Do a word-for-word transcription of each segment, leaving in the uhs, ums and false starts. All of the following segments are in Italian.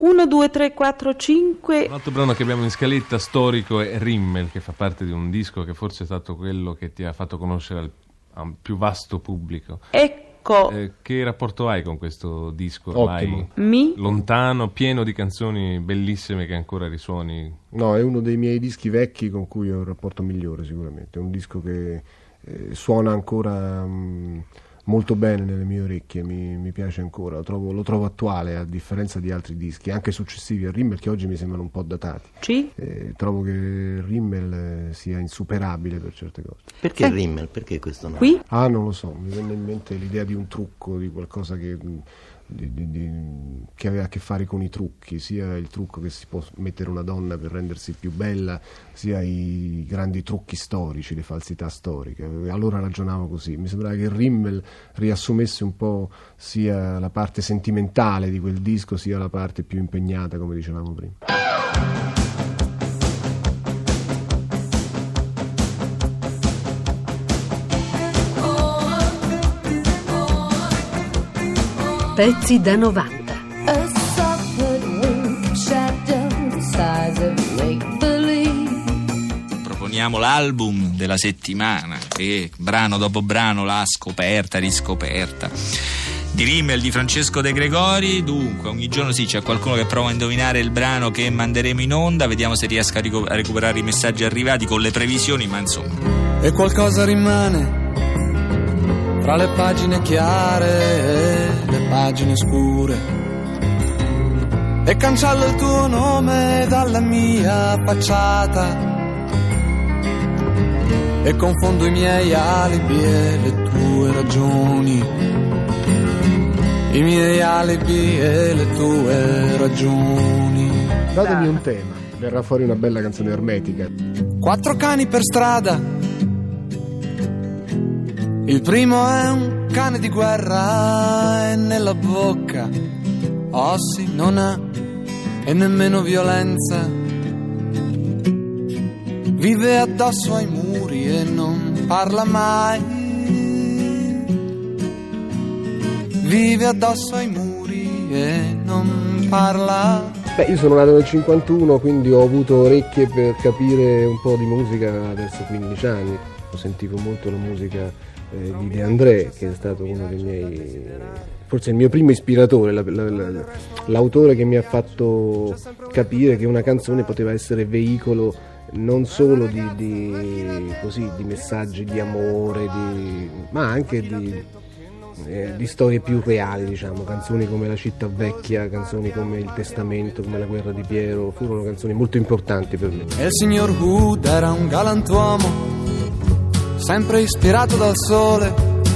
uno, due, tre, quattro, cinque. Un altro brano che abbiamo in scaletta storico è Rimmel, che fa parte di un disco che forse è stato quello che ti ha fatto conoscere al, a un più vasto pubblico. Ecco. Eh, che rapporto hai con questo disco? Ottimo. Vai Mi? lontano, pieno di canzoni bellissime che ancora risuoni? No, è uno dei miei dischi vecchi con cui ho un rapporto migliore sicuramente. È un disco che eh, suona ancora mh, molto bene nelle mie orecchie, mi, mi piace ancora, lo trovo, lo trovo attuale a differenza di altri dischi, anche successivi a Rimmel, che oggi mi sembrano un po' datati. Sì? Eh, trovo che Rimmel eh, sia insuperabile per certe cose. Perché Eh. Rimmel? Perché questo nome? Qui? Ah, non lo so, mi venne in mente l'idea di un trucco, di qualcosa che, di, di, di, che aveva a che fare con i trucchi, sia il trucco che si può mettere una donna per rendersi più bella, sia i grandi trucchi storici, le falsità storiche. Allora ragionavo così, mi sembrava che Rimmel riassumesse un po' sia la parte sentimentale di quel disco, sia la parte più impegnata, come dicevamo prima. Pezzi da novanta. A soft wink shadow the size of make-believe. Proponiamo l'album della settimana che brano dopo brano l'ha scoperta, riscoperta, di Rimmel, di Francesco De Gregori. Dunque ogni giorno sì, c'è qualcuno che prova a indovinare il brano che manderemo in onda. Vediamo se riesco a, ricu- a recuperare i messaggi arrivati con le previsioni, ma insomma. E qualcosa rimane tra le pagine chiare e le pagine scure, e cancello il tuo nome dalla mia facciata, e confondo i miei alibi e le tue ragioni, i miei alibi e le tue ragioni. Datemi un tema, verrà fuori una bella canzone ermetica. Quattro cani per strada. Il primo è un cane di guerra e nella bocca ossi non ha e nemmeno violenza. Vive addosso ai muri e non parla mai. Vive addosso ai muri e non parla. Beh, io sono nato nel cinquantuno, quindi ho avuto orecchie per capire un po' di musica verso quindici anni. Sentivo molto la musica eh, di De André, che è stato uno dei miei, forse il mio primo ispiratore, la, la, la, l'autore che mi ha fatto capire che una canzone poteva essere veicolo non solo di, di, così, di messaggi di amore, di, ma anche di, eh, di storie più reali, diciamo. Canzoni come La città vecchia, canzoni come Il testamento, come La guerra di Piero, furono canzoni molto importanti per me. E il signor Hood era un galantuomo, sempre ispirato dal sole,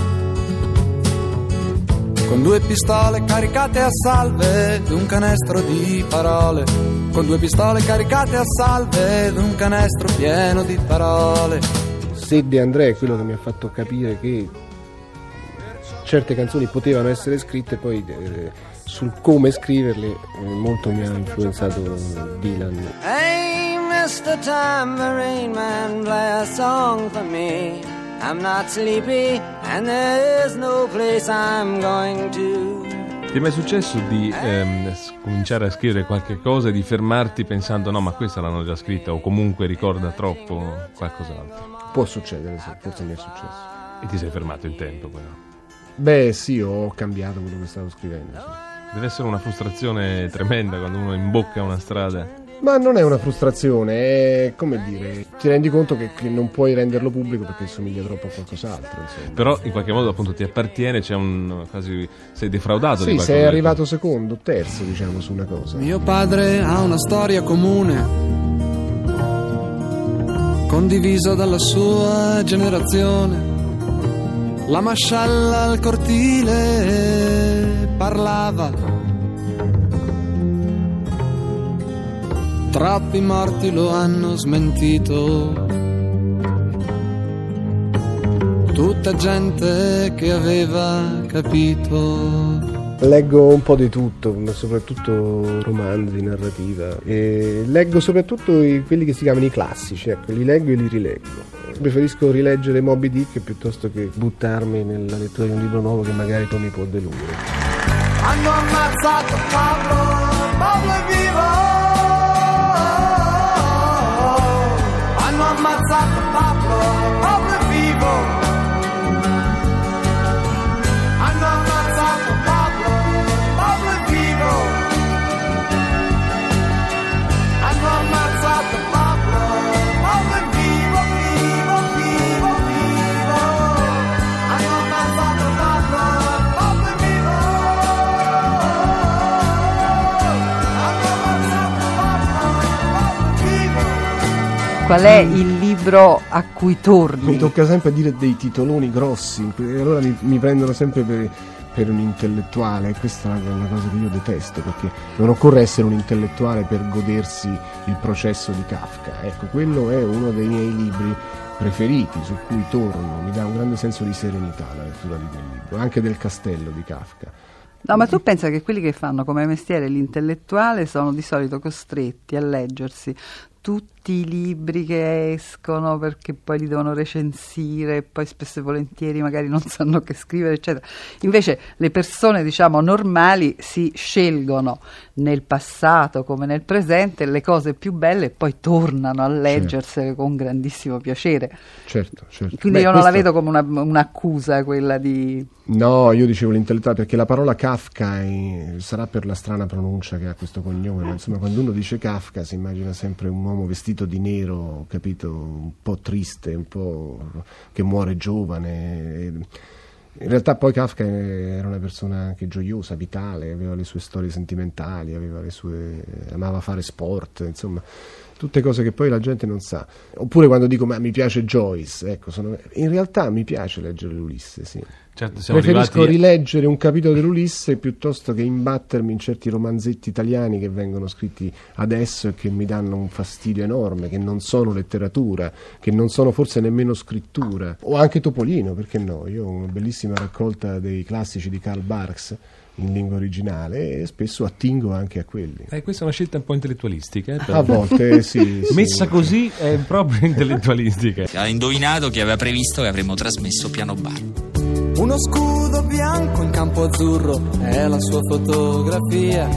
con due pistole caricate a salve ed un canestro di parole, con due pistole caricate a salve ed un canestro pieno di parole. Se De André è quello che mi ha fatto capire che certe canzoni potevano essere scritte, poi eh, sul come scriverle eh, molto mi ha influenzato Dylan. Hey, mister Tambourine Man, play a song for me. I'm not sleepy and there is no place I'm going to. Ti è mai successo di ehm, cominciare a scrivere qualche cosa e di fermarti pensando no, ma questa l'hanno già scritta, o comunque ricorda troppo qualcos'altro? Può succedere, sì, forse mi è successo. E ti sei fermato in tempo però? Beh sì, ho cambiato quello che stavo scrivendo, sì. Deve essere una frustrazione tremenda quando uno imbocca una strada. Ma non è una frustrazione, è come dire, ti rendi conto che, che non puoi renderlo pubblico perché somiglia troppo a qualcos'altro, insomma. Però in qualche modo appunto ti appartiene, c'è un quasi sei defraudato sì, di qualcosa. Sei arrivato secondo, terzo, diciamo, su una cosa. Mio padre ha una storia comune, condivisa dalla sua generazione. La mascella al cortile parlava. Troppi morti lo hanno smentito. Tutta gente che aveva capito. Leggo un po' di tutto, ma soprattutto romanzi, narrativa. E leggo soprattutto i, quelli che si chiamano i classici, ecco, li leggo e li rileggo. Preferisco rileggere Moby Dick piuttosto che buttarmi nella lettura di un libro nuovo che magari poi mi può deludere. Hanno ammazzato Pablo, Pablo Qual è il libro a cui torni? Mi tocca sempre dire dei titoloni grossi, e allora mi, mi prendono sempre per, per un intellettuale, e questa è una cosa che io detesto, perché non occorre essere un intellettuale per godersi il processo di Kafka. Ecco, quello è uno dei miei libri preferiti, su cui torno, mi dà un grande senso di serenità la lettura di quel libro, anche del Castello di Kafka. No, ma tu pensa che quelli che fanno come mestiere l'intellettuale sono di solito costretti a leggersi tutti i libri che escono, perché poi li devono recensire e poi spesso e volentieri magari non sanno che scrivere, eccetera. Invece le persone, diciamo, normali si scelgono nel passato come nel presente le cose più belle e poi tornano a leggersele, certo, con grandissimo piacere. Certo, certo. Quindi Beh, io non questo... la vedo come una, un'accusa quella di... No, io dicevo l'intellettuale perché la parola Kafka è, sarà per la strana pronuncia che ha questo cognome, ma insomma quando uno dice Kafka si immagina sempre un uomo vestito di nero, capito, un po' triste, un po' che muore giovane. In realtà poi Kafka era una persona anche gioiosa, vitale, aveva le sue storie sentimentali, aveva le sue, amava fare sport, insomma tutte cose che poi la gente non sa. Oppure quando dico ma mi piace Joyce, ecco, sono... in realtà mi piace leggere l'Ulisse, sì. Certo, siamo preferisco arrivati... rileggere un capitolo dell'Ulisse piuttosto che imbattermi in certi romanzetti italiani che vengono scritti adesso e che mi danno un fastidio enorme, che non sono letteratura, che non sono forse nemmeno scrittura. O anche Topolino, perché no? Io ho una bellissima raccolta dei classici di Karl Barks in lingua originale e spesso attingo anche a quelli. Eh, questa è una scelta un po' intellettualistica, eh, a volte sì, sì. Messa così è proprio intellettualistica. Ha indovinato chi aveva previsto che avremmo trasmesso Piano Bar. Uno scudo bianco in campo azzurro è la sua fotografia.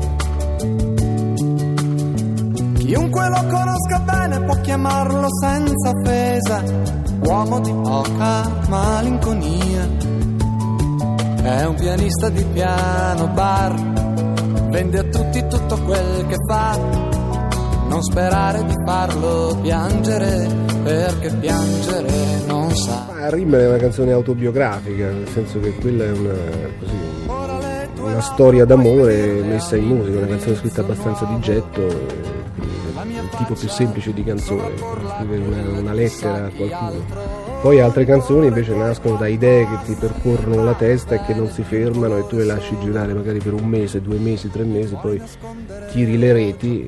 Chiunque lo conosca bene può chiamarlo senza offesa uomo di poca malinconia. È un pianista di piano bar, vende a tutti tutto quel che fa. Non sperare di farlo piangere, perché piangere non sa. Ma Rimmel è una canzone autobiografica, nel senso che quella è una, così, una storia d'amore messa in musica, una canzone scritta abbastanza di getto, il tipo più semplice di canzone, scrivere una, una lettera a qualcuno. Poi altre canzoni invece nascono da idee che ti percorrono la testa e che non si fermano e tu le lasci girare magari per un mese, due mesi, tre mesi, poi tiri le reti.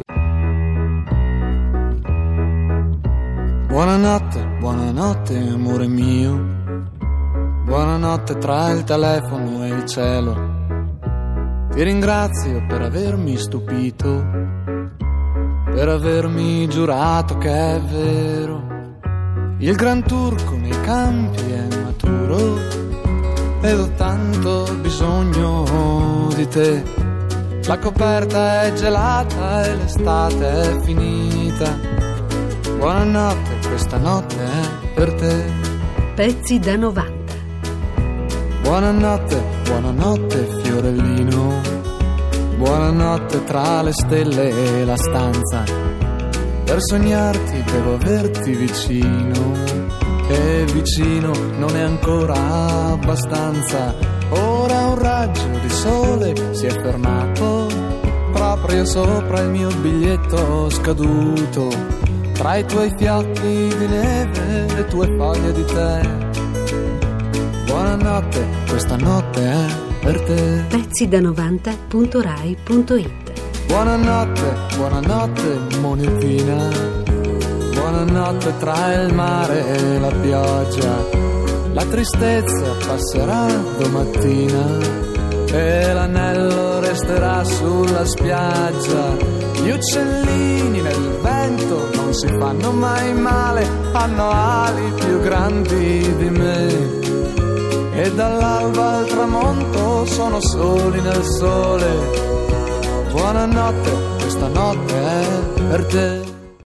Buonanotte, buonanotte amore mio, buonanotte tra il telefono e il cielo. Ti ringrazio per avermi stupito, per avermi giurato che è vero. Il gran turco nei campi è maturo ed ho tanto bisogno di te. La coperta è gelata e l'estate è finita. Buonanotte, questa notte è per te. Pezzi da novanta. Buonanotte, buonanotte fiorellino. Buonanotte tra le stelle e la stanza. Per sognarti devo averti vicino, e vicino non è ancora abbastanza. Ora un raggio di sole si è fermato proprio sopra il mio biglietto scaduto, tra i tuoi fiocchi di neve e le tue foglie di tè. Buonanotte, questa notte è per te. Pezzi da novanta punto rai punto it. Buonanotte, buonanotte monetina, buonanotte tra il mare e la pioggia. La tristezza passerà domattina e l'anello resterà sulla spiaggia. Gli uccellini nel vento non si fanno mai male, hanno ali più grandi di me. E dall'alba al tramonto sono soli nel sole. Buonanotte, questa notte è per te.